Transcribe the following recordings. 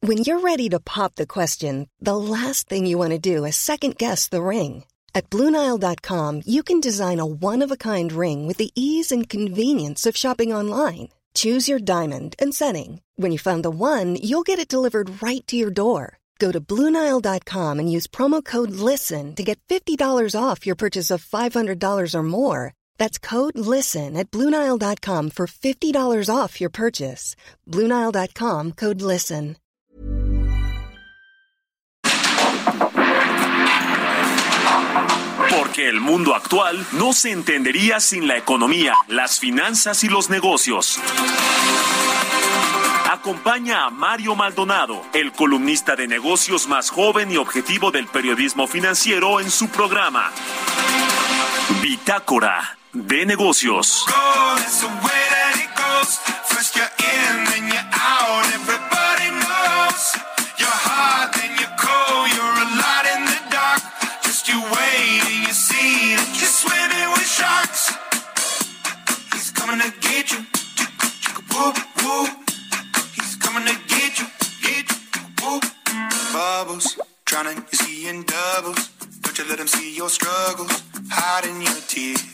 When you're ready to pop the question, the last thing you want to do is second-guess the ring. At BlueNile.com, you can design a one-of-a-kind ring with the ease and convenience of shopping online. Choose your diamond and setting. When you find the one, you'll get it delivered right to your door. Go to BlueNile.com and use promo code LISTEN to get $50 off your purchase of $500 or more. That's code LISTEN at BlueNile.com for $50 off your purchase. BlueNile.com, code LISTEN. Porque el mundo actual no se entendería sin la economía, las finanzas y los negocios. Acompaña a Mario Maldonado, el columnista de negocios más joven y objetivo del periodismo financiero, en su programa Bitácora de Negocios. Bubbles, drowning, you see in doubles. Don't you let them see your struggles, hiding your tears.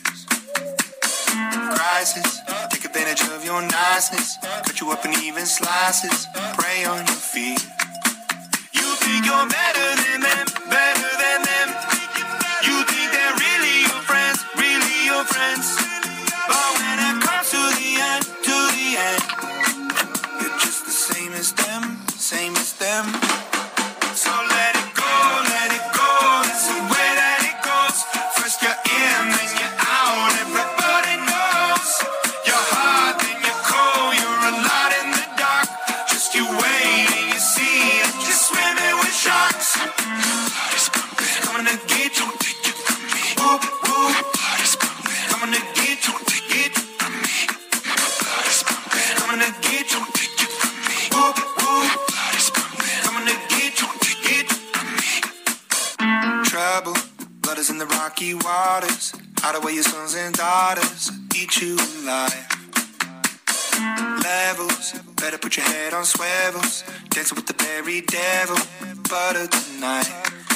Crisis, take advantage of your niceness. Cut you up in even slices, prey on your feet. You think you're better than them, better than them. You think they're really your friends, really your friends. But when it comes to the end, you're just the same as them, same as them. So let it go, that's the way that it goes. First you're in, then you're out, everybody knows. You're hot, then you're cold, you're a lot in the dark. Just you wait and you see, you're swimming with sharks. It's coming to get you, take it from me. Whoop, whoop. It's coming to get you, take it from me. It's coming to get you, take it from me. Whoop, whoop. It's coming to get you, take it from me. Trouble, blood is in the rocky waters. Hide away your sons and daughters, eat you alive. Levels, better put your head on swivels. Dancing with the very devil, butter tonight.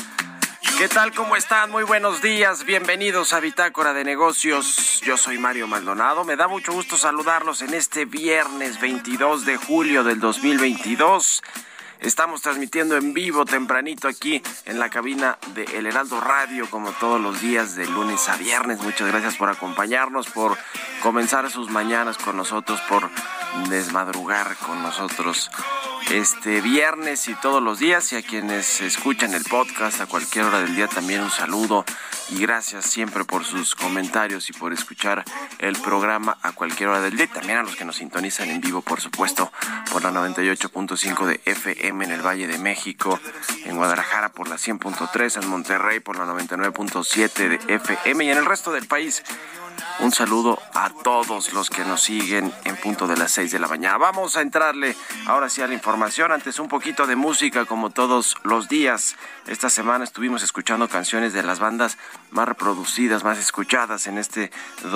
¿Qué tal? ¿Cómo están? Muy buenos días. Bienvenidos a Bitácora de Negocios. Yo soy Mario Maldonado. Me da mucho gusto saludarlos en este viernes 22 de julio del 2022. Estamos transmitiendo en vivo tempranito aquí en la cabina de El Heraldo Radio, como todos los días de lunes a viernes. Muchas gracias por acompañarnos, por comenzar sus mañanas con nosotros, por desmadrugar con nosotros este viernes y todos los días. Y a quienes escuchan el podcast a cualquier hora del día, también un saludo y gracias siempre por sus comentarios y por escuchar el programa a cualquier hora del día. Y también a los que nos sintonizan en vivo, por supuesto, por la 98.5 de FM en el Valle de México, en Guadalajara por la 100.3, en Monterrey por la 99.7 de FM y en el resto del país. Un saludo a todos los que nos siguen en punto de las 6 de la mañana. Vamos a entrarle ahora sí a la información. Antes un poquito de música, como todos los días. Esta semana estuvimos escuchando canciones de las bandas más reproducidas, más escuchadas en este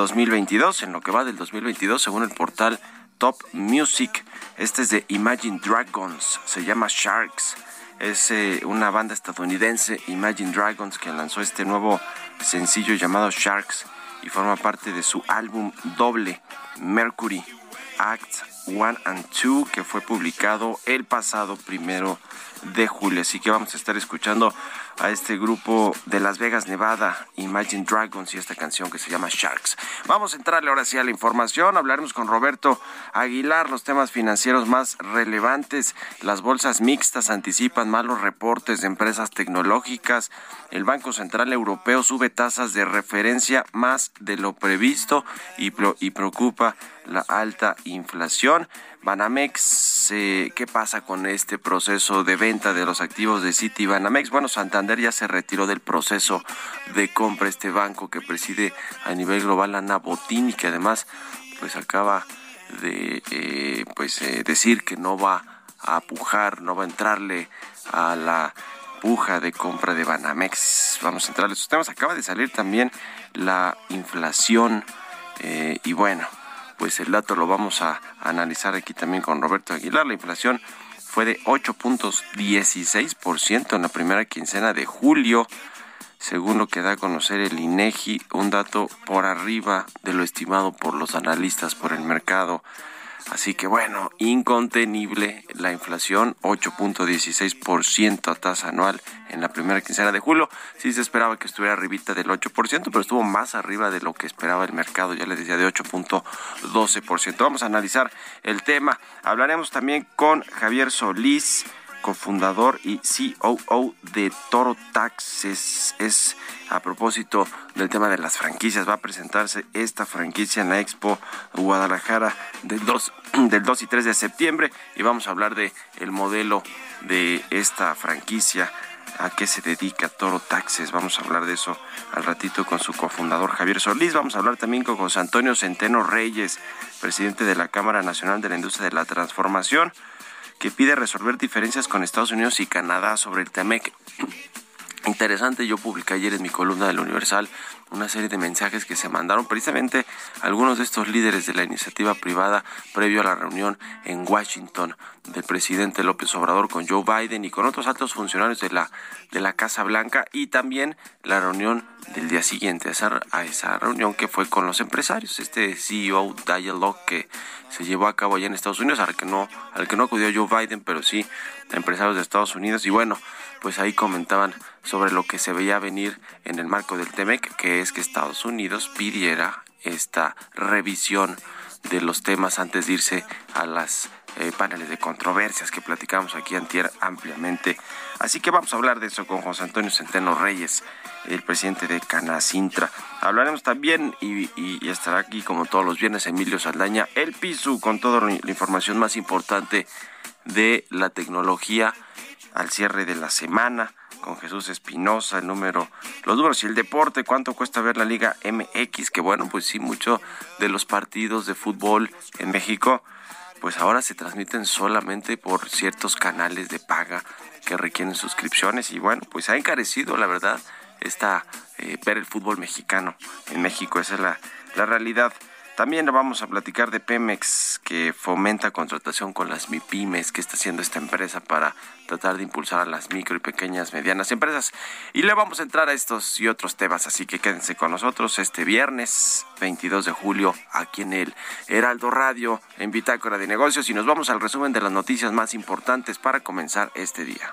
2022, en lo que va del 2022, según el portal Top Music. Este es de Imagine Dragons, se llama Sharks. Es una banda estadounidense, Imagine Dragons, que lanzó este nuevo sencillo llamado Sharks y forma parte de su álbum doble Mercury Acts 1 and 2, que fue publicado el pasado 1 de julio. Así que vamos a estar escuchando a este grupo de Las Vegas, Nevada, Imagine Dragons, y esta canción que se llama Sharks. Vamos a entrarle ahora sí a la información. Hablaremos con Roberto Aguilar, los temas financieros más relevantes. Las bolsas mixtas anticipan malos reportes de empresas tecnológicas. El Banco Central Europeo sube tasas de referencia más de lo previsto y preocupa la alta inflación. Banamex, ¿qué pasa con este proceso de venta de los activos de Citibanamex? Bueno, Santander ya se retiró del proceso de compra. Este banco que preside a nivel global Ana Botín, y que además pues acaba de decir que no va a pujar, no va a entrarle a la puja de compra de Banamex. Vamos a entrarle a esos temas. Acaba de salir también la inflación y bueno, pues el dato lo vamos a analizar aquí también con Roberto Aguilar. La inflación fue de 8.16% en la primera quincena de julio, según lo que da a conocer el INEGI, un dato por arriba de lo estimado por los analistas por el mercado. Así que bueno, incontenible la inflación, 8.16% a tasa anual en la primera quincena de julio. Sí se esperaba que estuviera arribita del 8%, pero estuvo más arriba de lo que esperaba el mercado, ya les decía, de 8.12%. Vamos a analizar el tema. Hablaremos también con Javier Solís, cofundador y COO de Toro Taxes. Es a propósito del tema de las franquicias. Va a presentarse esta franquicia en la Expo Guadalajara del 2 y 3 de septiembre y vamos a hablar de el modelo de esta franquicia, a qué se dedica Toro Taxes. Vamos a hablar de eso al ratito con su cofundador Javier Solís. Vamos a hablar también con José Antonio Centeno Reyes, presidente de la Cámara Nacional de la Industria de la Transformación, que pide resolver diferencias con Estados Unidos y Canadá sobre el TEMEC. Interesante, yo publiqué ayer en mi columna del Universal una serie de mensajes que se mandaron precisamente algunos de estos líderes de la iniciativa privada previo a la reunión en Washington del presidente López Obrador con Joe Biden y con otros altos funcionarios de la Casa Blanca, y también la reunión del día siguiente a esa reunión que fue con los empresarios, este CEO Dialogue que se llevó a cabo allá en Estados Unidos, al que no acudió Joe Biden, pero sí empresarios de Estados Unidos. Y bueno, pues ahí comentaban sobre lo que se veía venir en el marco del TEMEC, que es que Estados Unidos pidiera esta revisión de los temas antes de irse a las paneles de controversias que platicamos aquí antier ampliamente. Así que vamos a hablar de eso con José Antonio Centeno Reyes, el presidente de Canacintra. Hablaremos también y estará aquí como todos los viernes Emilio Saldaña, el Pisu, con toda la información más importante de la tecnología al cierre de la semana, con Jesús Espinosa, los números y el deporte, cuánto cuesta ver la Liga MX, que bueno, pues sí, mucho de los partidos de fútbol en México, pues ahora se transmiten solamente por ciertos canales de paga que requieren suscripciones, y bueno, pues ha encarecido, la verdad, ver el fútbol mexicano en México. Esa es la realidad. También vamos a platicar de Pemex, que fomenta contratación con las MIPYMES, que está haciendo esta empresa para tratar de impulsar a las micro y pequeñas, medianas empresas. Y le vamos a entrar a estos y otros temas, así que quédense con nosotros este viernes 22 de julio aquí en el Heraldo Radio, en Bitácora de Negocios, y nos vamos al resumen de las noticias más importantes para comenzar este día.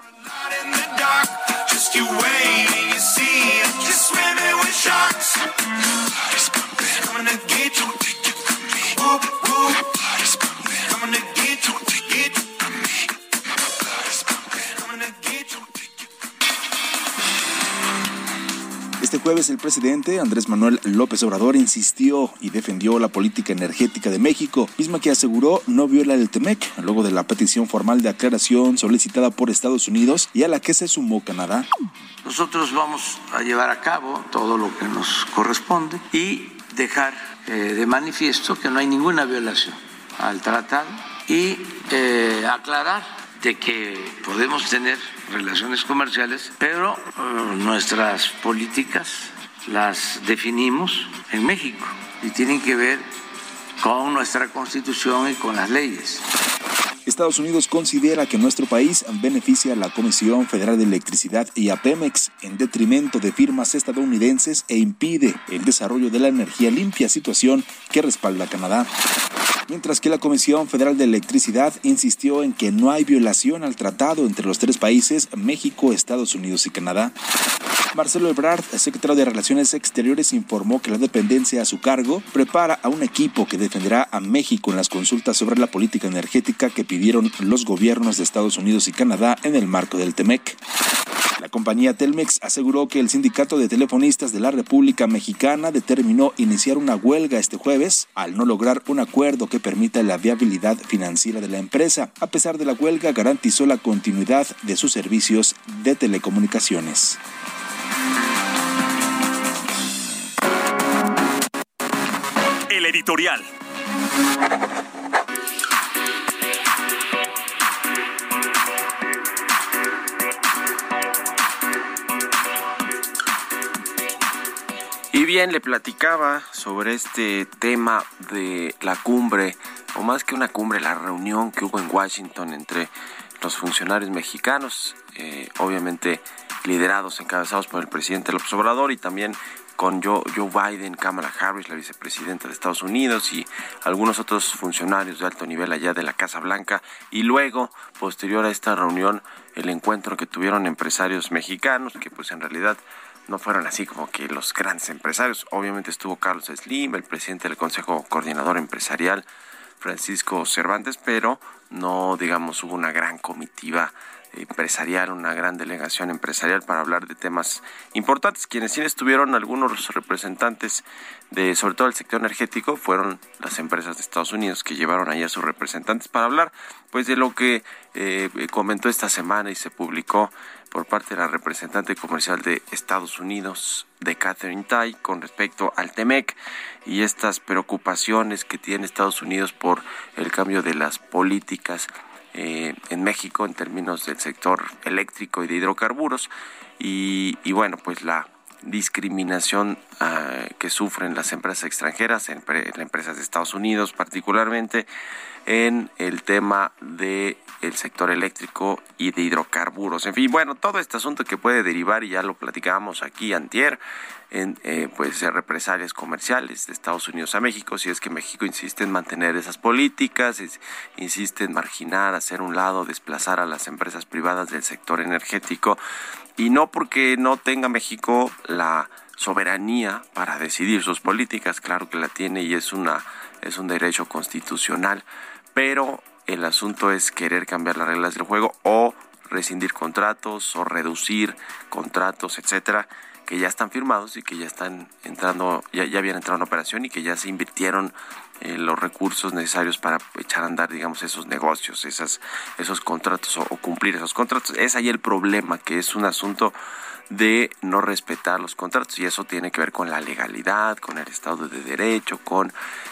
Este jueves el presidente Andrés Manuel López Obrador insistió y defendió la política energética de México, misma que aseguró no viola el TEMEC, luego de la petición formal de aclaración solicitada por Estados Unidos y a la que se sumó Canadá. Nosotros vamos a llevar a cabo todo lo que nos corresponde y dejar de manifiesto que no hay ninguna violación al tratado y aclarar de que podemos tener relaciones comerciales, pero nuestras políticas las definimos en México y tienen que ver con nuestra Constitución y con las leyes. Estados Unidos considera que nuestro país beneficia a la Comisión Federal de Electricidad y a Pemex en detrimento de firmas estadounidenses e impide el desarrollo de la energía limpia, situación que respalda Canadá. Mientras que la Comisión Federal de Electricidad insistió en que no hay violación al tratado entre los tres países, México, Estados Unidos y Canadá. Marcelo Ebrard, secretario de Relaciones Exteriores, informó que la dependencia a su cargo prepara a un equipo que defenderá a México en las consultas sobre la política energética que pidieron los gobiernos de Estados Unidos y Canadá en el marco del TEMEC. La compañía Telmex aseguró que el Sindicato de Telefonistas de la República Mexicana determinó iniciar una huelga este jueves al no lograr un acuerdo que permita la viabilidad financiera de la empresa. A pesar de la huelga, garantizó la continuidad de sus servicios de telecomunicaciones. El editorial. Y bien, le platicaba sobre este tema de la cumbre, o más que una cumbre, la reunión que hubo en Washington entre los funcionarios mexicanos, obviamente liderados, encabezados por el presidente López Obrador y también con Joe Biden, Kamala Harris, la vicepresidenta de Estados Unidos, y algunos otros funcionarios de alto nivel allá de la Casa Blanca. Y luego, posterior a esta reunión, el encuentro que tuvieron empresarios mexicanos, que pues en realidad no fueron así como que los grandes empresarios. Obviamente estuvo Carlos Slim, el presidente del Consejo Coordinador Empresarial, Francisco Cervantes, pero no, digamos, hubo una gran comitiva empresarial, una gran delegación empresarial para hablar de temas importantes. Quienes sí estuvieron, algunos representantes de, sobre todo el sector energético, fueron las empresas de Estados Unidos que llevaron ahí a sus representantes para hablar pues de lo que comentó esta semana y se publicó por parte de la representante comercial de Estados Unidos, de Katherine Tai, con respecto al TEMEC y estas preocupaciones que tiene Estados Unidos por el cambio de las políticas en México en términos del sector eléctrico y de hidrocarburos y bueno, pues la discriminación que sufren las empresas extranjeras, las empresas de Estados Unidos particularmente, en el tema de el sector eléctrico y de hidrocarburos. En fin, bueno, todo este asunto que puede derivar, y ya lo platicábamos aquí antier, en pues represalias comerciales de Estados Unidos a México, si es que México insiste en mantener esas políticas, insiste en marginar, hacer un lado, desplazar a las empresas privadas del sector energético, y no porque no tenga México la soberanía para decidir sus políticas, claro que la tiene y es un derecho constitucional, pero el asunto es querer cambiar las reglas del juego o rescindir contratos o reducir contratos, etcétera, que ya están firmados y que ya están entrando, ya habían entrado en operación y que ya se invirtieron los recursos necesarios para echar a andar, digamos, esos negocios, esos contratos o cumplir esos contratos. Es ahí el problema, que es un asunto de no respetar los contratos, y eso tiene que ver con la legalidad, con el Estado de Derecho, con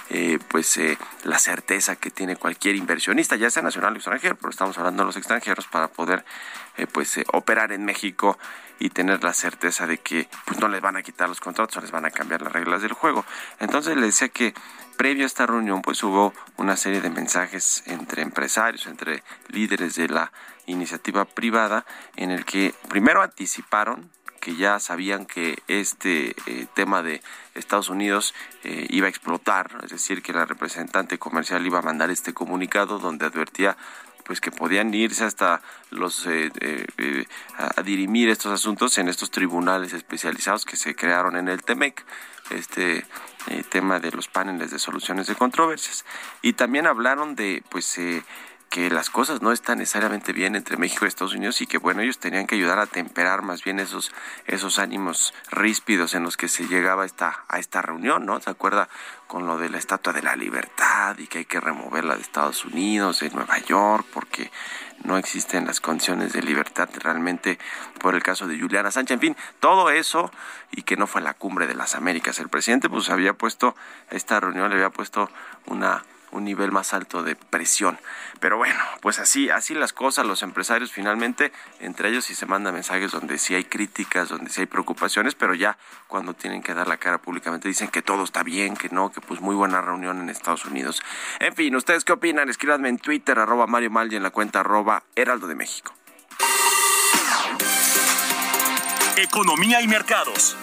la certeza que tiene cualquier inversionista, ya sea nacional o extranjero, pero estamos hablando de los extranjeros, para poder operar en México y tener la certeza de que pues no les van a quitar los contratos o les van a cambiar las reglas del juego. Entonces le decía que previo a esta reunión pues hubo una serie de mensajes entre empresarios, entre líderes de la iniciativa privada, en el que primero anticiparon que ya sabían que este tema de Estados Unidos iba a explotar, es decir, que la representante comercial iba a mandar este comunicado donde advertía pues que podían irse hasta los a dirimir estos asuntos en estos tribunales especializados que se crearon en el TEMEC, tema de los paneles de soluciones de controversias. Y también hablaron de que las cosas no están necesariamente bien entre México y Estados Unidos, y que bueno, ellos tenían que ayudar a temperar más bien esos ánimos ríspidos en los que se llegaba a esta reunión, ¿no? ¿Se acuerda con lo de la Estatua de la Libertad y que hay que removerla de Estados Unidos, de Nueva York, porque no existen las condiciones de libertad realmente por el caso de Juliana Sánchez? En fin, todo eso, y que no fue la cumbre de las Américas. El presidente pues había puesto, esta reunión le había puesto un nivel más alto de presión. Pero bueno, pues así las cosas. Los empresarios finalmente, entre ellos sí se mandan mensajes donde sí hay críticas, donde sí hay preocupaciones, pero ya cuando tienen que dar la cara públicamente dicen que todo está bien, que no, que pues muy buena reunión en Estados Unidos. En fin, ¿ustedes qué opinan? Escríbanme en Twitter, @Mario Mal, y en la cuenta @Heraldo de México. Economía y mercados.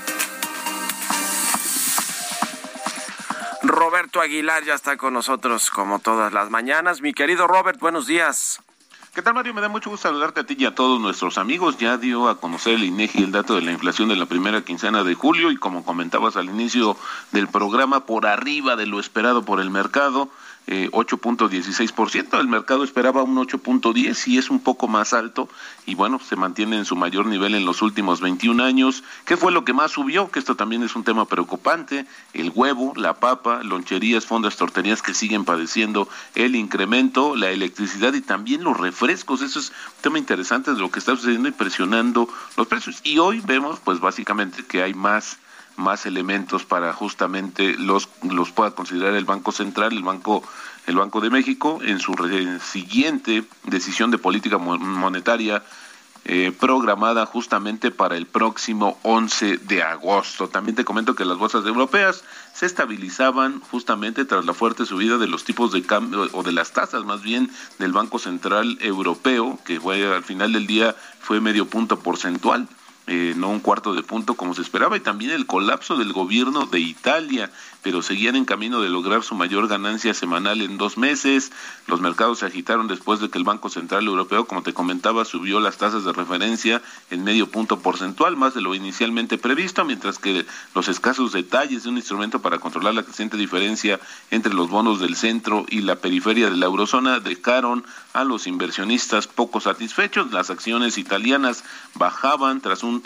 Roberto Aguilar ya está con nosotros como todas las mañanas. Mi querido Robert, buenos días. ¿Qué tal, Mario? Me da mucho gusto saludarte a ti y a todos nuestros amigos. Ya dio a conocer el INEGI el dato de la inflación de la primera quincena de julio, y como comentabas al inicio del programa, por arriba de lo esperado por el mercado, 8.16%, el mercado esperaba un 8.10 y es un poco más alto, y bueno, se mantiene en su mayor nivel en los últimos 21 años. ¿Qué fue lo que más subió? Que esto también es un tema preocupante: el huevo, la papa, loncherías, fondas, torterías, que siguen padeciendo el incremento, la electricidad y también los refrescos. Eso es un tema interesante de lo que está sucediendo y presionando los precios. Y hoy vemos pues básicamente que hay más elementos para justamente los pueda considerar el Banco Central, el Banco de México, en su siguiente decisión de política monetaria programada justamente para el próximo 11 de agosto. También te comento que las bolsas europeas se estabilizaban justamente tras la fuerte subida de los tipos de cambio, o de las tasas más bien, del Banco Central Europeo, que fue al final del día fue medio punto porcentual. No un cuarto de punto como se esperaba, y también el colapso del gobierno de Italia, pero seguían en camino de lograr su mayor ganancia semanal en 2 meses. Los mercados se agitaron después de que el Banco Central Europeo, como te comentaba, subió las tasas de referencia en medio punto porcentual, más de lo inicialmente previsto, mientras que los escasos detalles de un instrumento para controlar la creciente diferencia entre los bonos del centro y la periferia de la eurozona dejaron a los inversionistas poco satisfechos. Las acciones italianas bajaban tras una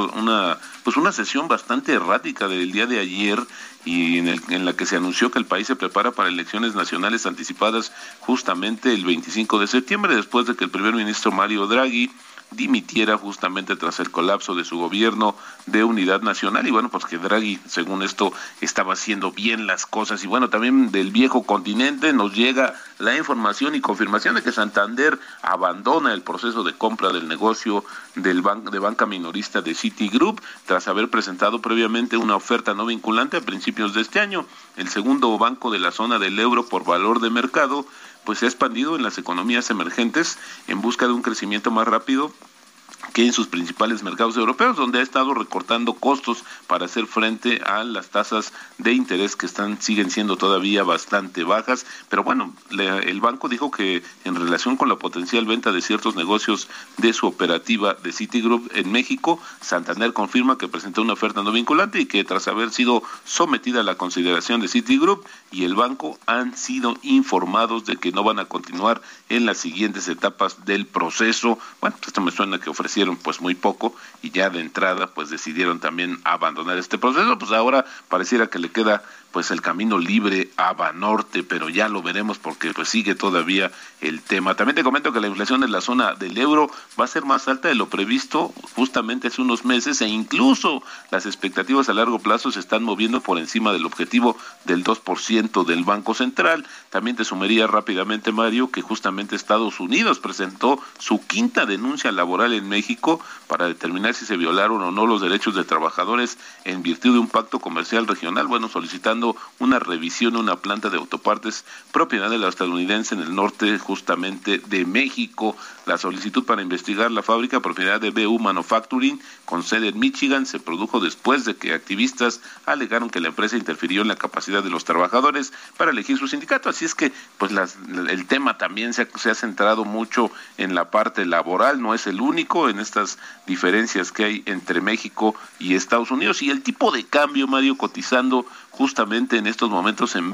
sesión bastante errática del día de ayer, y en la que se anunció que el país se prepara para elecciones nacionales anticipadas justamente el 25 de septiembre, después de que el primer ministro Mario Draghi dimitiera justamente tras el colapso de su gobierno de unidad nacional. Y bueno, pues que Draghi, según esto, estaba haciendo bien las cosas. Y bueno, también del viejo continente nos llega la información y confirmación de que Santander abandona el proceso de compra del negocio de banca minorista de Citigroup, tras haber presentado previamente una oferta no vinculante a principios de este año. El segundo banco de la zona del euro por valor de mercado pues se ha expandido en las economías emergentes en busca de un crecimiento más rápido que en sus principales mercados europeos, donde ha estado recortando costos para hacer frente a las tasas de interés que siguen siendo todavía bastante bajas. Pero bueno, el banco dijo que en relación con la potencial venta de ciertos negocios de su operativa de Citigroup en México, Santander confirma que presentó una oferta no vinculante y que tras haber sido sometida a la consideración de Citigroup y el banco han sido informados de que no van a continuar en las siguientes etapas del proceso. Bueno, pues esto me suena que ofrecieron pues muy poco, y ya de entrada pues decidieron también abandonar este proceso. Pues ahora pareciera que le queda pues el camino libre a Banorte, pero ya lo veremos porque pues sigue todavía el tema. También te comento que la inflación en la zona del euro va a ser más alta de lo previsto justamente hace unos meses, e incluso las expectativas a largo plazo se están moviendo por encima del objetivo del 2% del Banco Central. También te sumaría rápidamente, Mario, que justamente Estados Unidos presentó su quinta denuncia laboral en México para determinar si se violaron o no los derechos de trabajadores en virtud de un pacto comercial regional, bueno, solicitando una revisión de una planta de autopartes propiedad de la estadounidense en el norte justamente de México. La solicitud para investigar la fábrica propiedad de BU Manufacturing con sede en Michigan se produjo después de que activistas alegaron que la empresa interfirió en la capacidad de los trabajadores para elegir su sindicato. Así es que pues el tema también se ha centrado mucho en la parte laboral, no es el único en estas diferencias que hay entre México y Estados Unidos, y el tipo de cambio, Mario, cotizando justamente en estos momentos en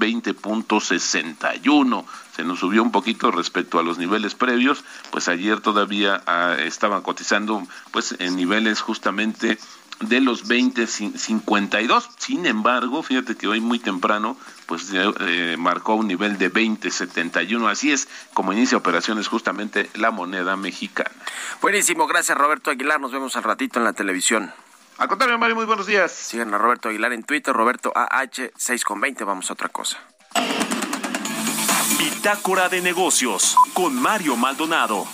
20.61. Se nos subió un poquito respecto a los niveles previos, pues ayer todavía estaban cotizando pues en niveles justamente de los 20.52. Sin embargo, fíjate que hoy muy temprano pues marcó un nivel de 20.71. Así es como inicia operaciones justamente la moneda mexicana. Buenísimo, gracias Roberto Aguilar, nos vemos al ratito en la televisión. Al contrario, Mario, muy buenos días. Sigan a Roberto Aguilar en Twitter, Roberto AH 6:20. Vamos a otra cosa. Bitácora de negocios con Mario Maldonado.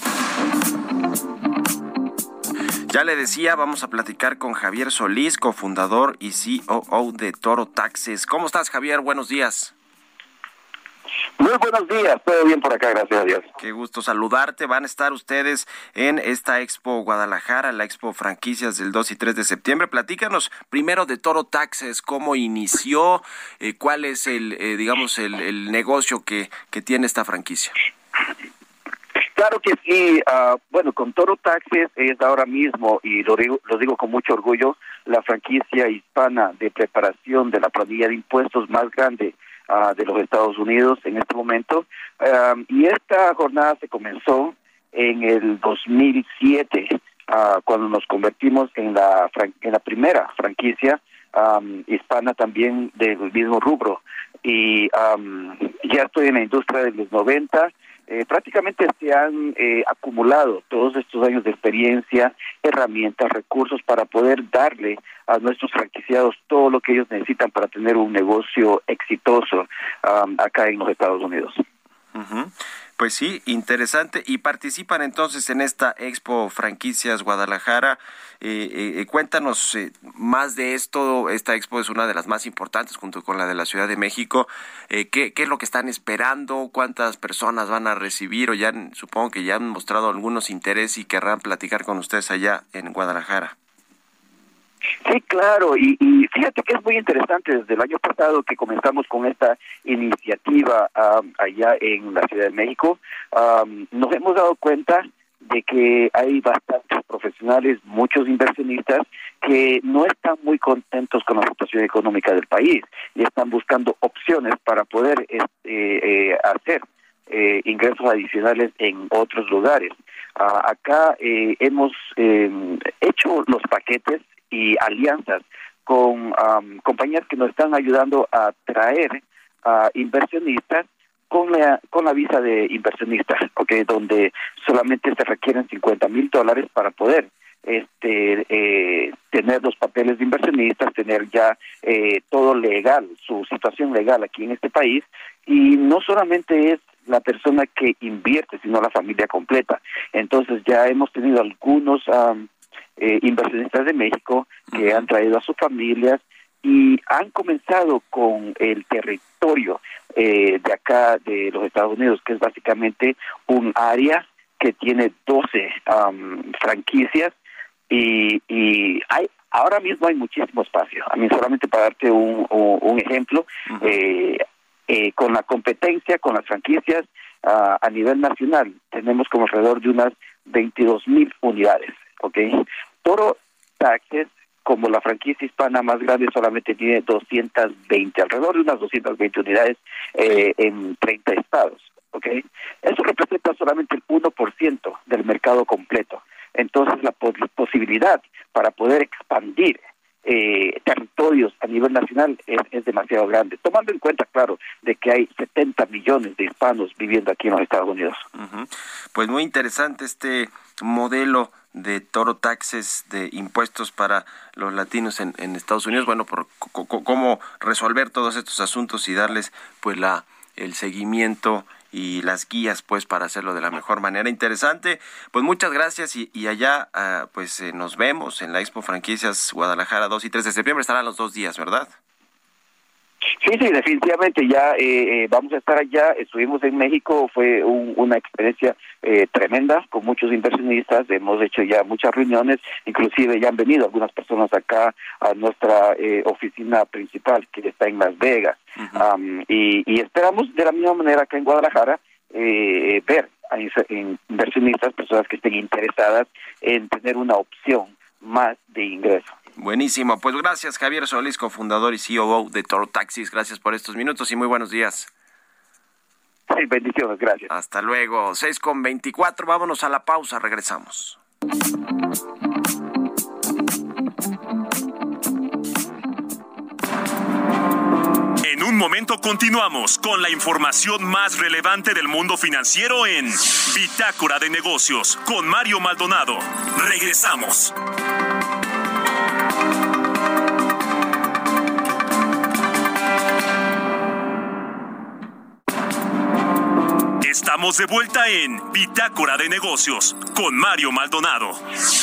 Ya le decía, vamos a platicar con Javier Solís, cofundador y COO de Toro Taxes. ¿Cómo estás, Javier? Buenos días. Muy buenos días, todo bien por acá, gracias a Dios. Qué gusto saludarte. Van a estar ustedes en esta Expo Guadalajara, la Expo Franquicias del 2 y 3 de septiembre. Platícanos primero de Toro Taxes, cómo inició, cuál es el negocio que tiene esta franquicia. Claro que sí, bueno, con Toro Taxes es ahora mismo, y lo digo con mucho orgullo, la franquicia hispana de preparación de la planilla de impuestos más grande de los Estados Unidos en este momento, y esta jornada se comenzó en el 2007, cuando nos convertimos en la primera franquicia hispana también del mismo rubro, y ya estoy en la industria de los 90. Prácticamente se han acumulado todos estos años de experiencia, herramientas, recursos para poder darle a nuestros franquiciados todo lo que ellos necesitan para tener un negocio exitoso acá en los Estados Unidos. Uh-huh. Pues sí, interesante. Y participan entonces en esta Expo Franquicias Guadalajara. Cuéntanos más de esto. Esta expo es una de las más importantes junto con la de la Ciudad de México. ¿Qué es lo que están esperando? ¿Cuántas personas van a recibir? O ya supongo que ya han mostrado algunos interés y querrán platicar con ustedes allá en Guadalajara. Sí, claro, y fíjate que es muy interesante. Desde el año pasado que comenzamos con esta iniciativa allá en la Ciudad de México, nos hemos dado cuenta de que hay bastantes profesionales, muchos inversionistas que no están muy contentos con la situación económica del país y están buscando opciones para poder hacer ingresos adicionales en otros lugares. Acá hemos hecho los paquetes y alianzas con compañías que nos están ayudando a traer inversionistas con la visa de inversionista, okay, donde solamente se requieren $50,000 para poder tener los papeles de inversionistas, tener ya todo legal, su situación legal aquí en este país, y no solamente es la persona que invierte, sino la familia completa. Entonces ya hemos tenido algunos inversionistas de México que han traído a sus familias y han comenzado con el territorio de acá de los Estados Unidos, que es básicamente un área que tiene 12 franquicias y ahora mismo hay muchísimo espacio. A mí, solamente para darte un ejemplo, con la competencia, con las franquicias a nivel nacional, tenemos como alrededor de unas 22,000 unidades, ¿ok? Toro Taxes, como la franquicia hispana más grande, solamente tiene 220, alrededor de unas 220 unidades en 30 estados, ¿ok? Eso representa solamente el 1% del mercado completo. Entonces, la posibilidad para poder expandir territorios a nivel nacional es demasiado grande, tomando en cuenta, claro, de que hay 70 millones de hispanos viviendo aquí en los Estados Unidos. Pues muy interesante este modelo de Toro Taxes, de impuestos para los latinos en Estados Unidos. Bueno, por cómo resolver todos estos asuntos y darles pues el seguimiento y las guías pues para hacerlo de la mejor manera. Interesante. Pues muchas gracias y allá nos vemos en la Expo Franquicias Guadalajara 2 y 3 de septiembre. Estarán los 2 días, ¿verdad? Sí, definitivamente ya vamos a estar allá. Estuvimos en México, fue una experiencia tremenda con muchos inversionistas. Hemos hecho ya muchas reuniones, inclusive ya han venido algunas personas acá a nuestra oficina principal que está en Las Vegas. Y esperamos de la misma manera acá en Guadalajara ver a inversionistas, personas que estén interesadas en tener una opción más de ingreso. Buenísimo, pues gracias Javier Solís, cofundador y COO de Toro Taxis. Gracias por estos minutos y muy buenos días. Sí, bendiciones, gracias. Hasta luego, 6:24, vámonos a la pausa, regresamos. En un momento continuamos con la información más relevante del mundo financiero en Bitácora de Negocios con Mario Maldonado. Regresamos. Estamos de vuelta en Bitácora de Negocios con Mario Maldonado.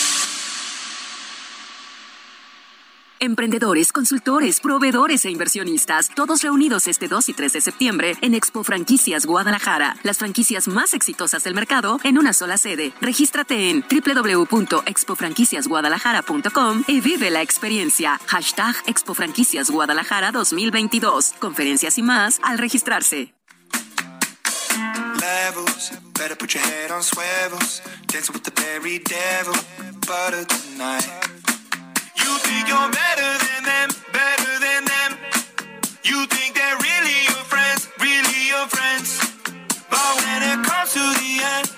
Emprendedores, consultores, proveedores e inversionistas, todos reunidos este 2 y 3 de septiembre en Expo Franquicias Guadalajara. Las franquicias más exitosas del mercado en una sola sede. Regístrate en www.expofranquiciasguadalajara.com y vive la experiencia. #Expo Franquicias Guadalajara 2022. Conferencias y más al registrarse. Levels, better put your head on swivels. Dancing with the very devil, butter tonight. You think you're better than them, better than them. You think they're really your friends, But when it comes to the end,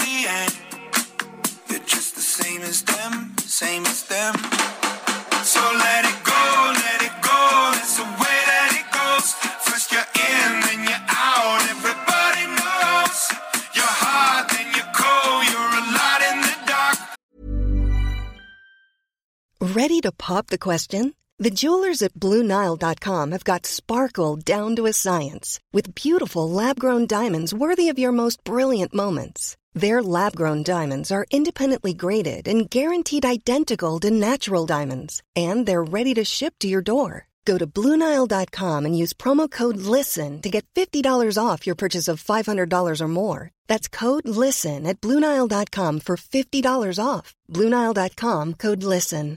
you're just the same as them, same as them. So let it go, that's the way that it goes. First you're in, then you're out, everybody knows. You're hot, then you're cold, you're a lot in the dark. Ready to pop the question? The jewelers at BlueNile.com have got sparkle down to a science with beautiful lab-grown diamonds worthy of your most brilliant moments. Their lab-grown diamonds are independently graded and guaranteed identical to natural diamonds, and they're ready to ship to your door. Go to BlueNile.com and use promo code LISTEN to get $50 off your purchase of $500 or more. That's code LISTEN at BlueNile.com for $50 off. BlueNile.com, code LISTEN.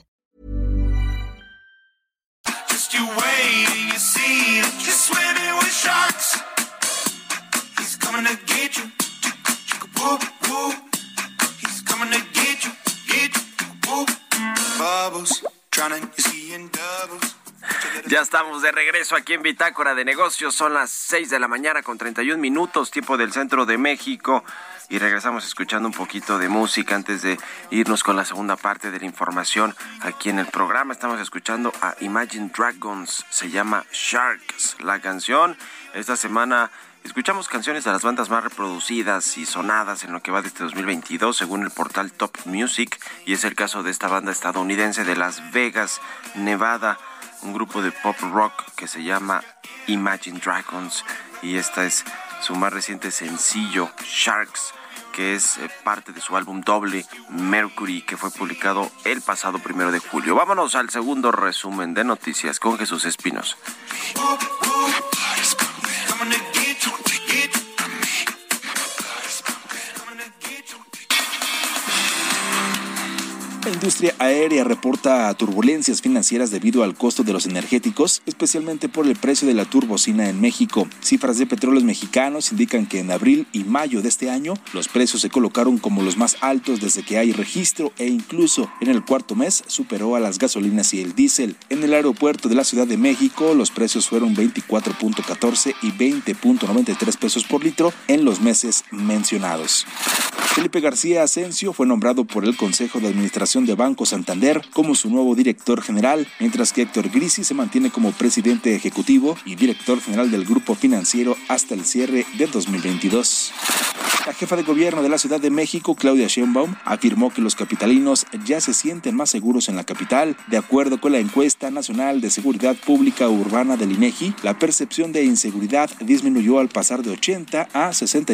Just you wait and you see that you're swimming with sharks. He's coming to get you. Whoop, whoop. He's coming to get you. Whoop. Bubbles, drowning, you see in doubles. Ya estamos de regreso aquí en Bitácora de Negocios. Son las 6 de la mañana con 31 minutos, tiempo del centro de México. Y regresamos escuchando un poquito de música antes de irnos con la segunda parte de la información aquí en el programa. Estamos escuchando a Imagine Dragons, se llama Sharks la canción. Esta semana escuchamos canciones de las bandas más reproducidas y sonadas en lo que va de este 2022 según el portal Top Music, y es el caso de esta banda estadounidense de Las Vegas, Nevada, un grupo de pop rock que se llama Imagine Dragons, y esta es su más reciente sencillo, Sharks, que es parte de su álbum doble Mercury, que fue publicado el pasado 1 de julio. Vámonos al segundo resumen de noticias con Jesús Espinos. La industria aérea reporta turbulencias financieras debido al costo de los energéticos, especialmente por el precio de la turbocina en México. Cifras de Petróleos Mexicanos indican que en abril y mayo de este año los precios se colocaron como los más altos desde que hay registro, e incluso en el cuarto mes superó a las gasolinas y el diésel. En el aeropuerto de la Ciudad de México los precios fueron 24.14 y 20.93 pesos por litro en los meses mencionados. Felipe García Asensio fue nombrado por el Consejo de Administración de Banco Santander como su nuevo director general, mientras que Héctor Grisi se mantiene como presidente ejecutivo y director general del grupo financiero hasta el cierre de 2022. La jefa de gobierno de la Ciudad de México, Claudia Sheinbaum, afirmó que los capitalinos ya se sienten más seguros en la capital. De acuerdo con la encuesta nacional de seguridad pública urbana del INEGI, la percepción de inseguridad disminuyó al pasar de 80 a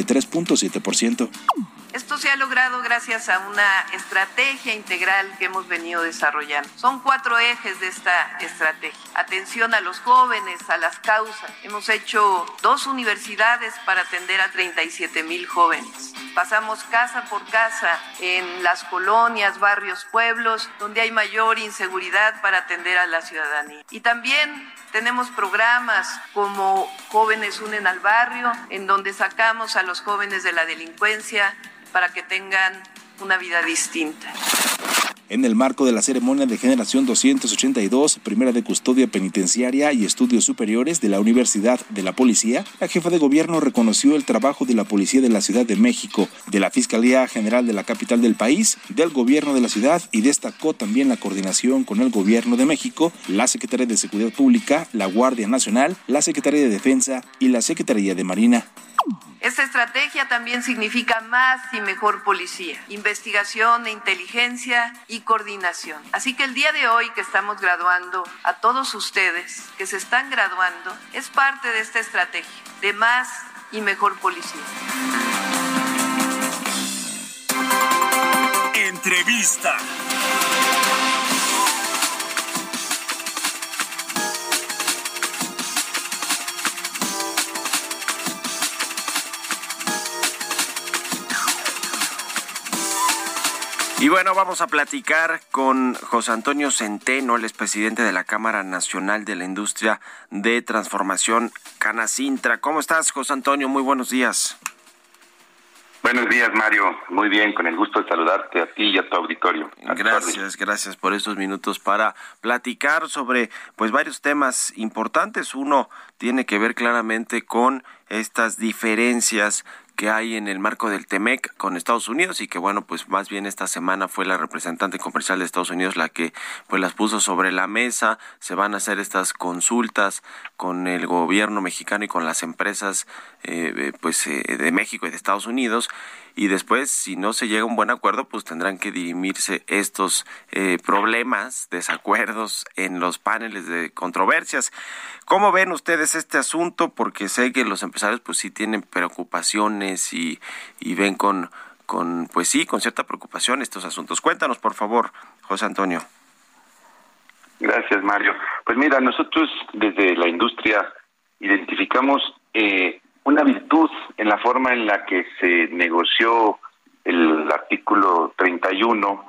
63.7%. Esto se ha logrado gracias a una estrategia integral que hemos venido desarrollando. Son 4 ejes de esta estrategia. Atención a los jóvenes, a las causas. Hemos hecho 2 universidades para atender a 37,000 jóvenes. Pasamos casa por casa en las colonias, barrios, pueblos, donde hay mayor inseguridad para atender a la ciudadanía. Y también tenemos programas como Jóvenes Unen al Barrio, en donde sacamos a los jóvenes de la delincuencia para que tengan una vida distinta. En el marco de la ceremonia de generación 282, primera de custodia penitenciaria y estudios superiores de la Universidad de la Policía, la jefa de gobierno reconoció el trabajo de la Policía de la Ciudad de México, de la Fiscalía General de la capital del país, del gobierno de la ciudad, y destacó también la coordinación con el gobierno de México, la Secretaría de Seguridad Pública, la Guardia Nacional, la Secretaría de Defensa y la Secretaría de Marina. Esta estrategia también significa más y mejor policía, investigación e inteligencia y coordinación. Así que el día de hoy que estamos graduando a todos ustedes que se están graduando es parte de esta estrategia de más y mejor policía. Entrevista. Y bueno, vamos a platicar con José Antonio Centeno, el expresidente de la Cámara Nacional de la Industria de Transformación, Canacintra. ¿Cómo estás, José Antonio? Muy buenos días. Buenos días, Mario. Muy bien, con el gusto de saludarte a ti y a tu auditorio. Gracias por estos minutos para platicar sobre varios temas importantes. Uno tiene que ver claramente con estas diferencias que hay en el marco del TEMEC con Estados Unidos, y que más bien esta semana fue la representante comercial de Estados Unidos la que las puso sobre la mesa. Se van a hacer estas consultas con el gobierno mexicano y con las empresas de México y de Estados Unidos, y después, si no se llega a un buen acuerdo, pues tendrán que dirimirse estos problemas, desacuerdos en los paneles de controversias. ¿Cómo ven ustedes este asunto? Porque sé que los empresarios pues sí tienen preocupaciones y ven con cierta preocupación estos asuntos. Cuéntanos, por favor, José Antonio. Gracias, Mario. Pues mira, nosotros desde la industria identificamos una virtud en la forma en la que se negoció el artículo 31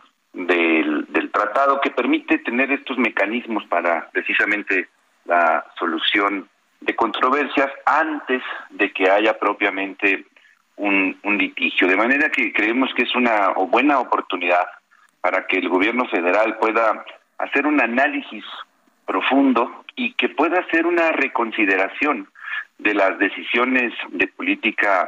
del tratado, que permite tener estos mecanismos para precisamente la solución de controversias antes de que haya propiamente un litigio. De manera que creemos que es una buena oportunidad para que el gobierno federal pueda hacer un análisis profundo y que pueda hacer una reconsideración de las decisiones de política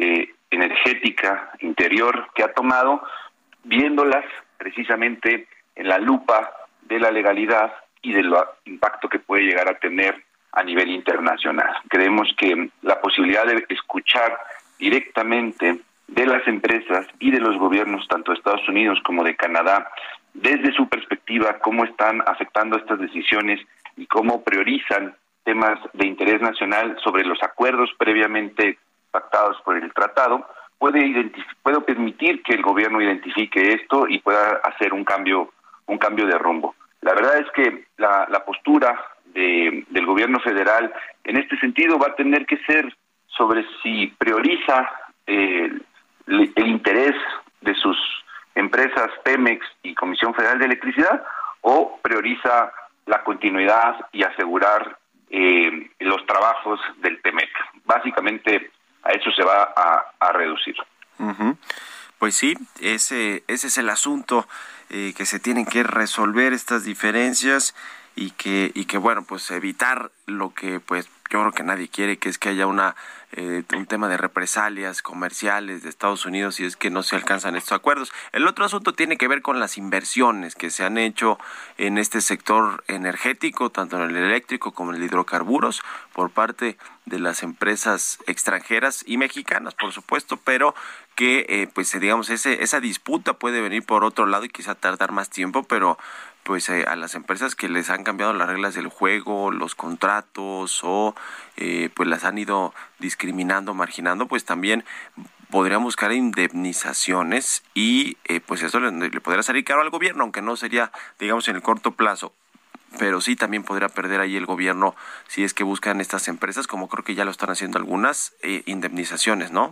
energética interior que ha tomado, viéndolas precisamente en la lupa de la legalidad y del impacto que puede llegar a tener a nivel internacional. Creemos que la posibilidad de escuchar directamente de las empresas y de los gobiernos, tanto de Estados Unidos como de Canadá, desde su perspectiva, cómo están afectando estas decisiones y cómo priorizan temas de interés nacional sobre los acuerdos previamente pactados por el tratado, puede permitir que el gobierno identifique esto y pueda hacer un cambio de rumbo. La verdad es que la postura del gobierno federal en este sentido va a tener que ser sobre si prioriza el interés de sus empresas Pemex y Comisión Federal de Electricidad o prioriza la continuidad y asegurar los trabajos del TEMEC. Básicamente a eso se va a reducir. Uh-huh. Pues sí, ese es el asunto, que se tienen que resolver estas diferencias y que bueno, pues evitar lo que pues yo creo que nadie quiere, que es que haya un tema de represalias comerciales de Estados Unidos si es que no se alcanzan estos acuerdos. El otro asunto tiene que ver con las inversiones que se han hecho en este sector energético, tanto en el eléctrico como en el hidrocarburos, por parte de las empresas extranjeras y mexicanas, por supuesto, pero que pues digamos esa disputa puede venir por otro lado y quizá tardar más tiempo, pero pues a las empresas que les han cambiado las reglas del juego, los contratos o pues las han ido discriminando, marginando, pues también podrían buscar indemnizaciones y pues eso le podría salir caro al gobierno, aunque no sería, digamos, en el corto plazo. Pero sí también podría perder ahí el gobierno si es que buscan estas empresas, como creo que ya lo están haciendo algunas, indemnizaciones, ¿no?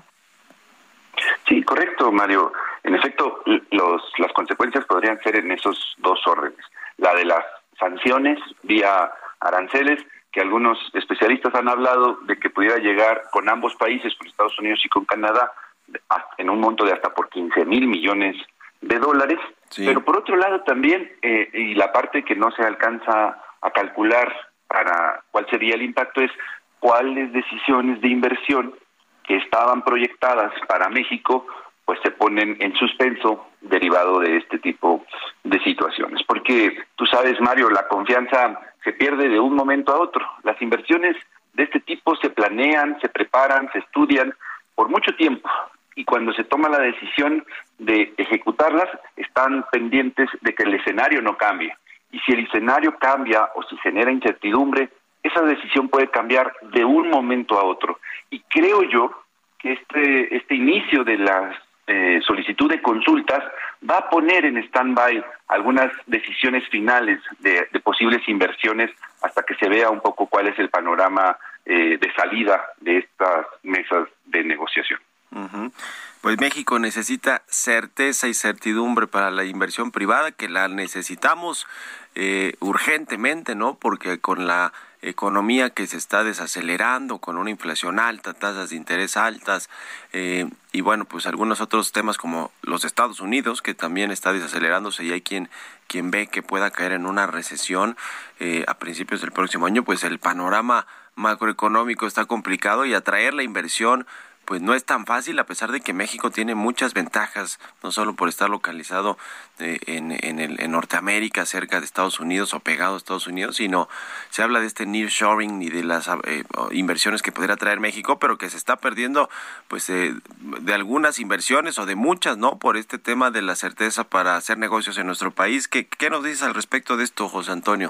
Sí, correcto, Mario. En efecto, las consecuencias podrían ser en esos dos órdenes. La de las sanciones vía aranceles, que algunos especialistas han hablado de que pudiera llegar con ambos países, con Estados Unidos y con Canadá, en un monto de hasta por 15,000 millones de dólares. Sí. Pero por otro lado también, y la parte que no se alcanza a calcular para cuál sería el impacto es cuáles decisiones de inversión que estaban proyectadas para México pues se ponen en suspenso derivado de este tipo de situaciones. Porque tú sabes, Mario, la confianza se pierde de un momento a otro. Las inversiones de este tipo se planean, se preparan, se estudian por mucho tiempo. Y cuando se toma la decisión de ejecutarlas, están pendientes de que el escenario no cambie. Y si el escenario cambia o si genera incertidumbre, esa decisión puede cambiar de un momento a otro. Y creo yo que este inicio de las solicitud de consultas va a poner en stand-by algunas decisiones finales de posibles inversiones hasta que se vea un poco cuál es el panorama de salida de estas mesas de negociación. Uh-huh. Pues México necesita certeza y certidumbre para la inversión privada, que la necesitamos urgentemente, ¿no? Porque con la economía que se está desacelerando, con una inflación alta, tasas de interés altas, y bueno, pues algunos otros temas como los Estados Unidos, que también está desacelerándose y hay quien ve que pueda caer en una recesión a principios del próximo año, pues el panorama macroeconómico está complicado y atraer la inversión pues no es tan fácil, a pesar de que México tiene muchas ventajas, no solo por estar localizado en Norteamérica, cerca de Estados Unidos o pegado a Estados Unidos, sino se habla de este nearshoring y de las inversiones que podría traer México, pero que se está perdiendo pues de algunas inversiones o de muchas, ¿no? Por este tema de la certeza para hacer negocios en nuestro país. ¿Qué nos dices al respecto de esto, José Antonio?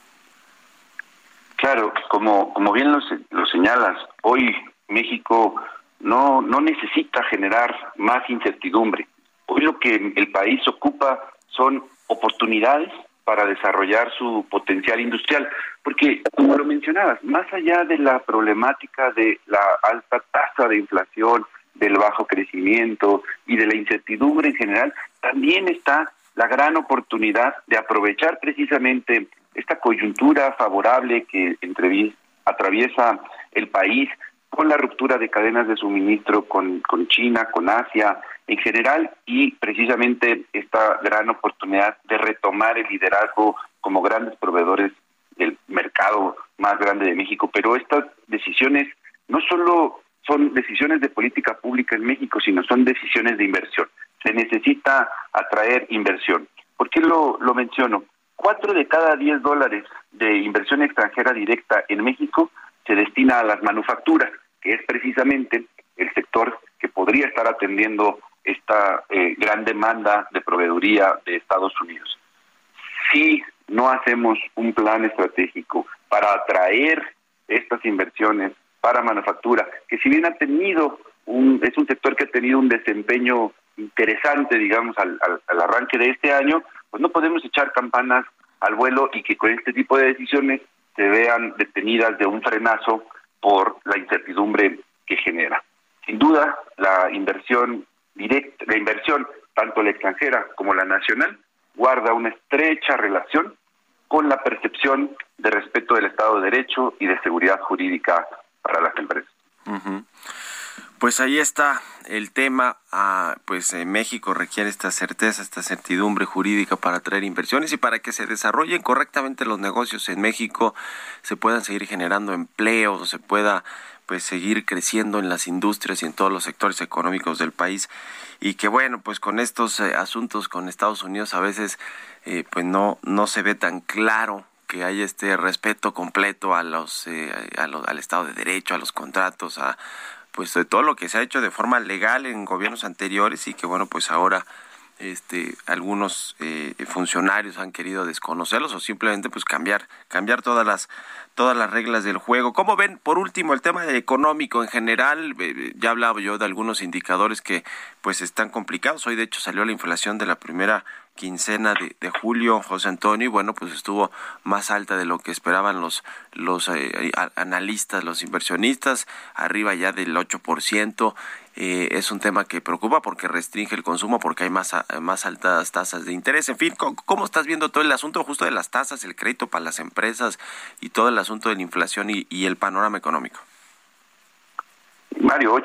Claro, como bien lo señalas, hoy México no necesita generar más incertidumbre. Hoy lo que el país ocupa son oportunidades para desarrollar su potencial industrial, porque como lo mencionabas, más allá de la problemática de la alta tasa de inflación, del bajo crecimiento y de la incertidumbre en general, también está la gran oportunidad de aprovechar precisamente esta coyuntura favorable que atraviesa el país con la ruptura de cadenas de suministro con China, con Asia en general, y precisamente esta gran oportunidad de retomar el liderazgo como grandes proveedores del mercado más grande de México. Pero estas decisiones no solo son decisiones de política pública en México, sino son decisiones de inversión. Se necesita atraer inversión. ¿Por qué lo menciono? 4 de cada 10 dólares de inversión extranjera directa en México se destina a las manufacturas, que es precisamente el sector que podría estar atendiendo esta gran demanda de proveeduría de Estados Unidos. Si no hacemos un plan estratégico para atraer estas inversiones para manufactura, que si bien es un sector que ha tenido un desempeño interesante, digamos, al arranque de este año, pues no podemos echar campanas al vuelo y que con este tipo de decisiones se vean detenidas de un frenazo por la incertidumbre que genera. Sin duda, la inversión directa, tanto la extranjera como la nacional, guarda una estrecha relación con la percepción de respeto del Estado de Derecho y de seguridad jurídica para las empresas. Uh-huh. Pues ahí está el tema. México requiere esta certeza, esta certidumbre jurídica para atraer inversiones y para que se desarrollen correctamente los negocios en México, se puedan seguir generando empleos, se pueda pues seguir creciendo en las industrias y en todos los sectores económicos del país, y que bueno, pues con estos asuntos con Estados Unidos a veces pues no se ve tan claro que haya este respeto completo al Estado de Derecho, a los contratos, pues de todo lo que se ha hecho de forma legal en gobiernos anteriores, y que bueno, pues ahora algunos funcionarios han querido desconocerlos o simplemente pues cambiar todas las reglas del juego. ¿Cómo ven, por último, el tema económico en general? Ya hablaba yo de algunos indicadores que pues están complicados. Hoy de hecho salió la inflación de la primera quincena de julio, José Antonio, y bueno, pues estuvo más alta de lo que esperaban los analistas, los inversionistas, arriba ya del 8%. Es un tema que preocupa porque restringe el consumo, porque hay más altas tasas de interés. En fin, ¿cómo estás viendo todo el asunto justo de las tasas, el crédito para las empresas y todo el asunto de la inflación y el panorama económico? Mario,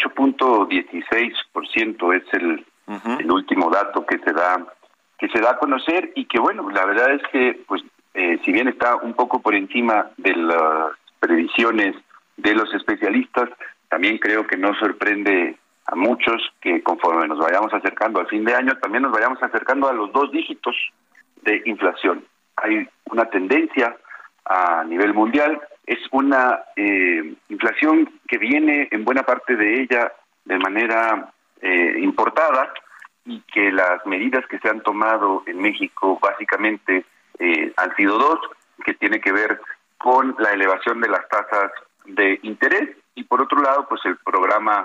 8.16% es el último dato que se da a conocer, y que bueno, la verdad es que pues si bien está un poco por encima de las previsiones de los especialistas, también creo que no sorprende a muchos que conforme nos vayamos acercando al fin de año, también nos vayamos acercando a los 2 dígitos de inflación. Hay una tendencia a nivel mundial, es una inflación que viene en buena parte de ella de manera importada, y que las medidas que se han tomado en México básicamente han sido 2, que tiene que ver con la elevación de las tasas de interés, y por otro lado pues el programa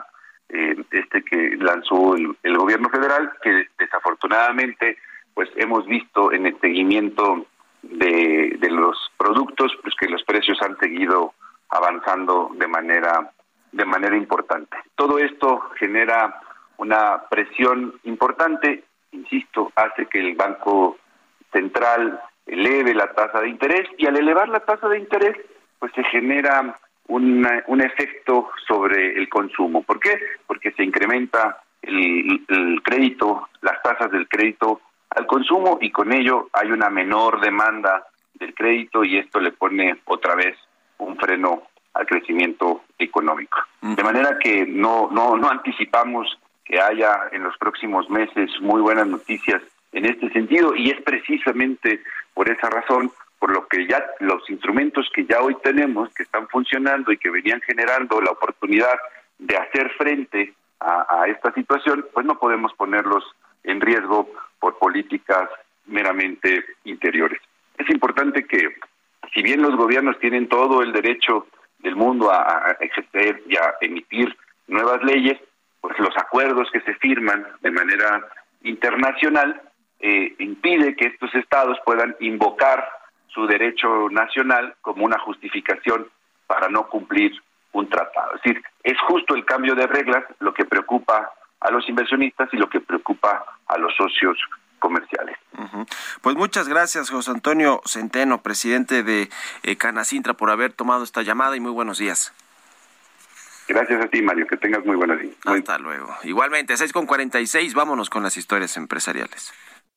que lanzó el gobierno federal, que desafortunadamente pues hemos visto en el seguimiento de los productos pues que los precios han seguido avanzando de manera importante. Todo esto genera una presión importante, insisto, hace que el Banco Central eleve la tasa de interés, y al elevar la tasa de interés pues se genera un efecto sobre el consumo. ¿Por qué? Porque se incrementa el crédito, las tasas del crédito al consumo, y con ello hay una menor demanda del crédito, y esto le pone otra vez un freno al crecimiento económico. De manera que no anticipamos que haya en los próximos meses muy buenas noticias en este sentido, y es precisamente por esa razón por lo que ya los instrumentos que ya hoy tenemos, que están funcionando y que venían generando la oportunidad de hacer frente a esta situación, pues no podemos ponerlos en riesgo por políticas meramente interiores. Es importante que, si bien los gobiernos tienen todo el derecho del mundo a ejercer y a emitir nuevas leyes, pues los acuerdos que se firman de manera internacional impide que estos estados puedan invocar su derecho nacional como una justificación para no cumplir un tratado. Es decir, es justo el cambio de reglas lo que preocupa a los inversionistas y lo que preocupa a los socios comerciales. Pues muchas gracias, José Antonio Centeno, presidente de Canacintra, por haber tomado esta llamada, y muy buenos días. Gracias a ti, Mario, que tengas muy buenos días. Hasta luego. Igualmente, 6:46, vámonos con las historias empresariales.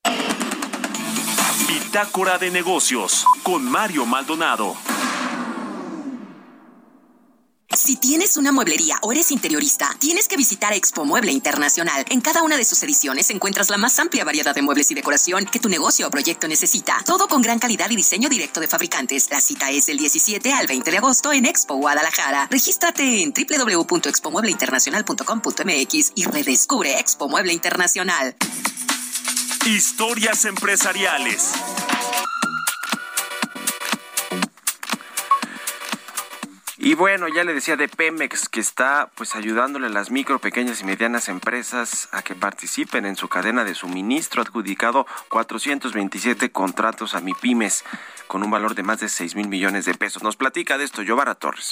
Bitácora de negocios con Mario Maldonado. Si tienes una mueblería o eres interiorista, tienes que visitar Expo Mueble Internacional. En cada una de sus ediciones encuentras la más amplia variedad de muebles y decoración que tu negocio o proyecto necesita. Todo con gran calidad y diseño directo de fabricantes. La cita es del 17 al 20 de agosto en Expo Guadalajara. Regístrate en www.expomuebleinternacional.com.mx y redescubre Expo Mueble Internacional. Historias empresariales. Y bueno, ya le decía de Pemex, que está pues ayudándole a las micro, pequeñas y medianas empresas a que participen en su cadena de suministro. Ha adjudicado 427 contratos a MIPYMES con un valor de más de 6,000 millones de pesos. Nos platica de esto Giovanna Torres.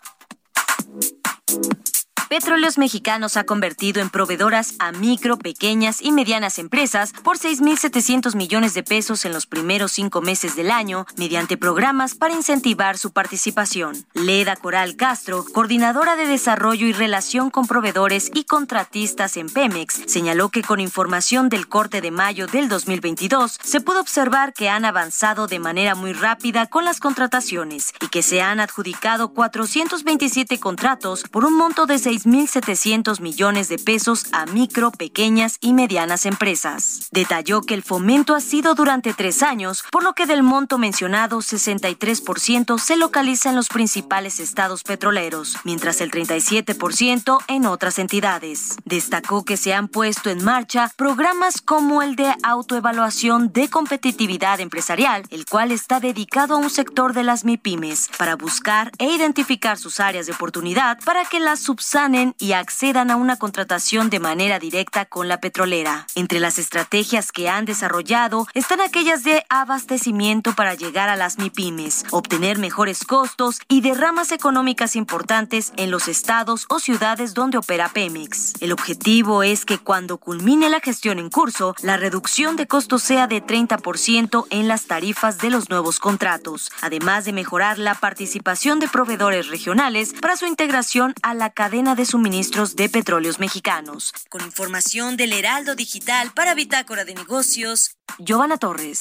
Petróleos Mexicanos ha convertido en proveedoras a micro, pequeñas y medianas empresas por 6,700 millones de pesos en los primeros 5 meses del año mediante programas para incentivar su participación. Leda Coral Castro, coordinadora de desarrollo y relación con proveedores y contratistas en Pemex, señaló que con información del corte de mayo del 2022 se pudo observar que han avanzado de manera muy rápida con las contrataciones y que se han adjudicado 427 contratos por un monto de 6,700 millones de pesos a micro, pequeñas y medianas empresas. Detalló que el fomento ha sido durante 3 años, por lo que del monto mencionado, 63% se localiza en los principales estados petroleros, mientras el 37% en otras entidades. Destacó que se han puesto en marcha programas como el de autoevaluación de competitividad empresarial, el cual está dedicado a un sector de las MIPYMES, para buscar e identificar sus áreas de oportunidad para que las subsanen y accedan a una contratación de manera directa con la petrolera. Entre las estrategias que han desarrollado están aquellas de abastecimiento para llegar a las MIPYMES, obtener mejores costos y derramas económicas importantes en los estados o ciudades donde opera Pemex. El objetivo es que cuando culmine la gestión en curso, la reducción de costos sea de 30% en las tarifas de los nuevos contratos, además de mejorar la participación de proveedores regionales para su integración a la cadena de suministros de Petróleos Mexicanos. Con información del Heraldo Digital para Bitácora de Negocios, Giovanna Torres.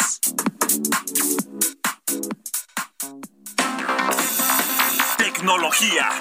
Tecnología.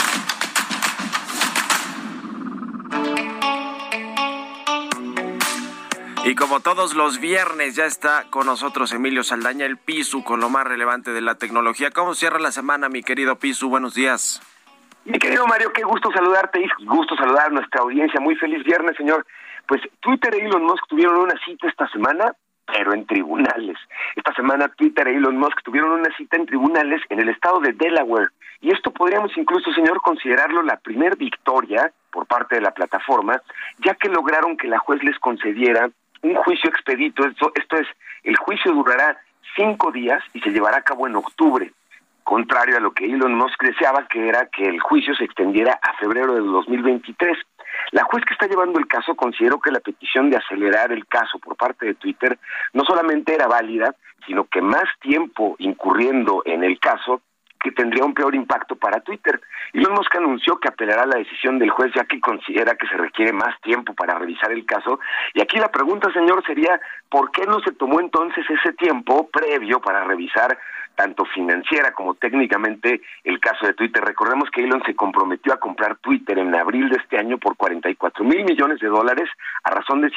Y como todos los viernes, ya está con nosotros Emilio Saldaña, el Pisu, con lo más relevante de la tecnología. ¿Cómo cierra la semana, mi querido Pisu? Buenos días. Mi querido Mario, qué gusto saludarte y gusto saludar a nuestra audiencia. Muy feliz viernes, señor. Pues Twitter e Elon Musk tuvieron una cita esta semana, pero en tribunales. Esta semana Twitter e Elon Musk tuvieron una cita en tribunales en el estado de Delaware. Y esto podríamos incluso, señor, considerarlo la primer victoria por parte de la plataforma, ya que lograron que la juez les concediera un juicio expedito. Esto es, el juicio durará 5 días y se llevará a cabo en octubre. Contrario a lo que Elon Musk deseaba, que era que el juicio se extendiera a febrero del 2023. La juez que está llevando el caso consideró que la petición de acelerar el caso por parte de Twitter no solamente era válida, sino que más tiempo incurriendo en el caso que tendría un peor impacto para Twitter. Elon Musk anunció que apelará a la decisión del juez, ya que considera que se requiere más tiempo para revisar el caso. Y aquí la pregunta, señor, sería, ¿por qué no se tomó entonces ese tiempo previo para revisar tanto financiera como técnicamente el caso de Twitter? Recordemos que Elon se comprometió a comprar Twitter en abril de este año por $44 mil millones a razón de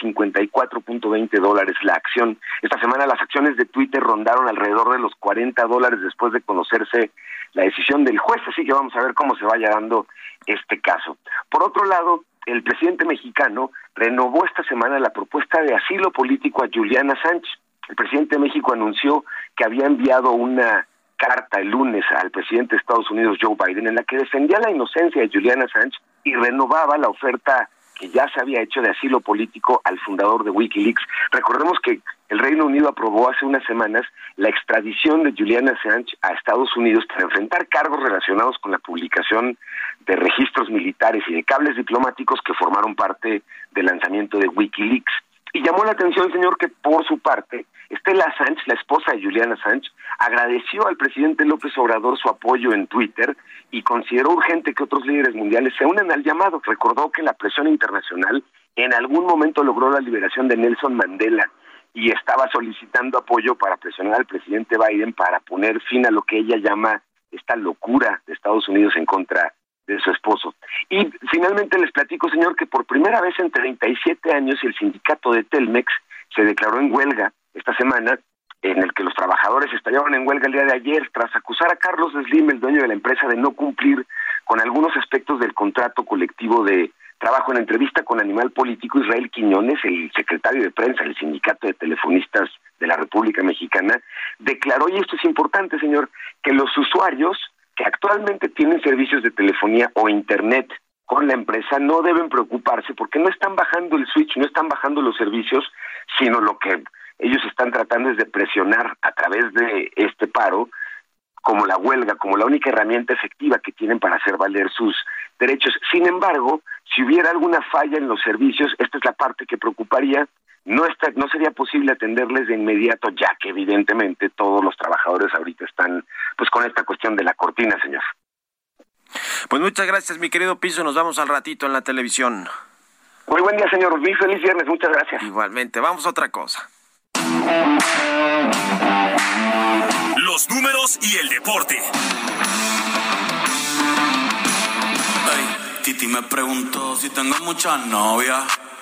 $54.20 la acción. Esta semana las acciones de Twitter rondaron alrededor de los $40 después de conocerse la decisión del juez, así que vamos a ver cómo se vaya dando este caso. Por otro lado, el presidente mexicano renovó esta semana la propuesta de asilo político a Julian Assange. El presidente de México anunció que había enviado una carta el lunes al presidente de Estados Unidos, Joe Biden, en la que defendía la inocencia de Julian Assange y renovaba la oferta que ya se había hecho de asilo político al fundador de Wikileaks. Recordemos que el Reino Unido aprobó hace unas semanas la extradición de Julian Assange a Estados Unidos para enfrentar cargos relacionados con la publicación de registros militares y de cables diplomáticos que formaron parte del lanzamiento de Wikileaks. Y llamó la atención, señor, que por su parte, Stella Assange, la esposa de Julian Assange, agradeció al presidente López Obrador su apoyo en Twitter y consideró urgente que otros líderes mundiales se unan al llamado. Recordó que la presión internacional en algún momento logró la liberación de Nelson Mandela y estaba solicitando apoyo para presionar al presidente Biden para poner fin a lo que ella llama esta locura de Estados Unidos en contra de su esposo. Y finalmente les platico, señor, que por primera vez en 37 años el sindicato de Telmex se declaró en huelga esta semana, en el que los trabajadores estallaron en huelga el día de ayer tras acusar a Carlos Slim, el dueño de la empresa, de no cumplir con algunos aspectos del contrato colectivo de trabajo. En entrevista con Animal Político, Israel Quiñones, el secretario de prensa del Sindicato de Telefonistas de la República Mexicana, declaró, y esto es importante, señor, que los usuarios que actualmente tienen servicios de telefonía o internet con la empresa no deben preocuparse porque no están bajando el switch, no están bajando los servicios, sino lo que ellos están tratando es de presionar a través de este paro, como la huelga, como la única herramienta efectiva que tienen para hacer valer sus derechos. Sin embargo, si hubiera alguna falla en los servicios, esta es la parte que preocuparía, no sería posible atenderles de inmediato, ya que evidentemente todos los trabajadores ahorita están pues con esta cuestión de la cortina, señor. Pues muchas gracias, mi querido Piso, nos vamos al ratito en la televisión. Muy buen día, señor, muy feliz viernes, muchas gracias. Igualmente, vamos a otra cosa. Los números y el deporte. Hey, Titi me preguntó si tengo muchas novias.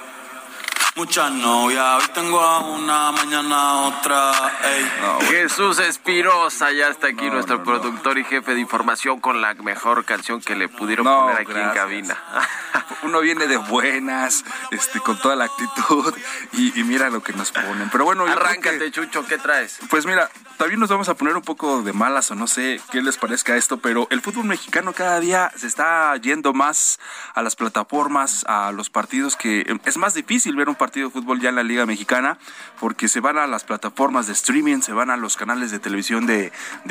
Muchas novias, hoy tengo a una, mañana a otra. Ey. No, Jesús Espirosa, ya está aquí nuestro productor y jefe de información con la mejor canción que le pudieron poner aquí en cabina. Uno viene de buenas, con toda la actitud y mira lo que nos ponen. Pero bueno, arráncate, Chucho, ¿qué traes? Pues mira, también nos vamos a poner un poco de malas o no sé qué les parezca esto, pero el fútbol mexicano cada día se está yendo más a las plataformas, a los partidos, que es más difícil ver un partido de fútbol ya en la Liga Mexicana porque se van a las plataformas de streaming, se van a los canales de televisión del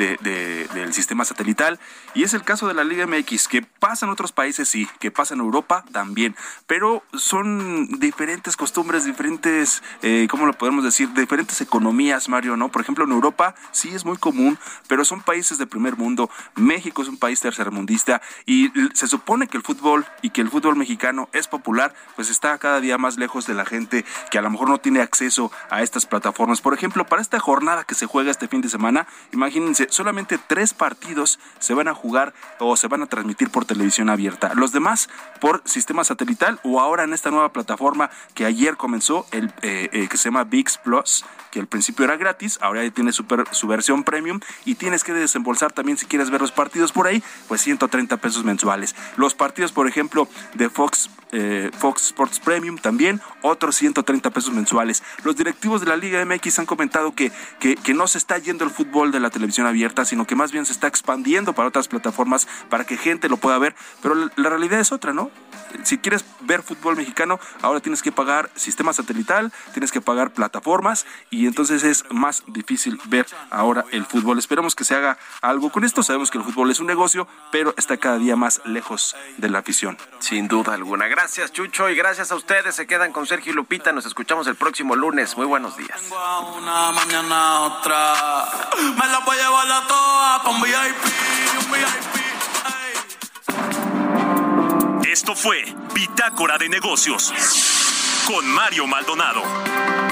sistema satelital, y es el caso de la Liga MX, que pasa en otros países, sí, que pasa en Europa también, pero son diferentes costumbres, diferentes, ¿cómo lo podemos decir? Diferentes economías, Mario, ¿no? Por ejemplo, en Europa sí es muy común, pero son países de primer mundo. México es un país tercermundista y se supone que el fútbol y que el fútbol mexicano es popular, pues está cada día más lejos de la gente que a lo mejor no tiene acceso a estas plataformas. Por ejemplo, para esta jornada que se juega este fin de semana, imagínense, solamente 3 partidos se van a jugar o se van a transmitir por televisión abierta. Los demás por sistema satelital o ahora en esta nueva plataforma que ayer comenzó, que se llama ViX Plus, que al principio era gratis, ahora ya tiene su versión premium y tienes que desembolsar también si quieres ver los partidos por ahí, pues 130 pesos mensuales. Los partidos, por ejemplo, de Fox Sports Premium también, otros 130 pesos mensuales. Los directivos de la Liga MX han comentado que no se está yendo el fútbol de la televisión abierta, sino que más bien se está expandiendo para otras plataformas para que gente lo pueda ver, pero la realidad es otra, ¿no? Si quieres ver fútbol mexicano, ahora tienes que pagar sistema satelital, tienes que pagar plataformas y entonces es más difícil ver ahora el fútbol. Esperamos que se haga algo con esto. Sabemos que el fútbol es un negocio, pero está cada día más lejos de la afición. Sin duda alguna. Gracias, Chucho, y gracias a ustedes. Se quedan con Sergio y Lupita. Nos escuchamos el próximo lunes. Muy buenos días. Una, mañana otra. Me la voy a llevar a todas con VIP. Esto fue Bitácora de Negocios con Mario Maldonado.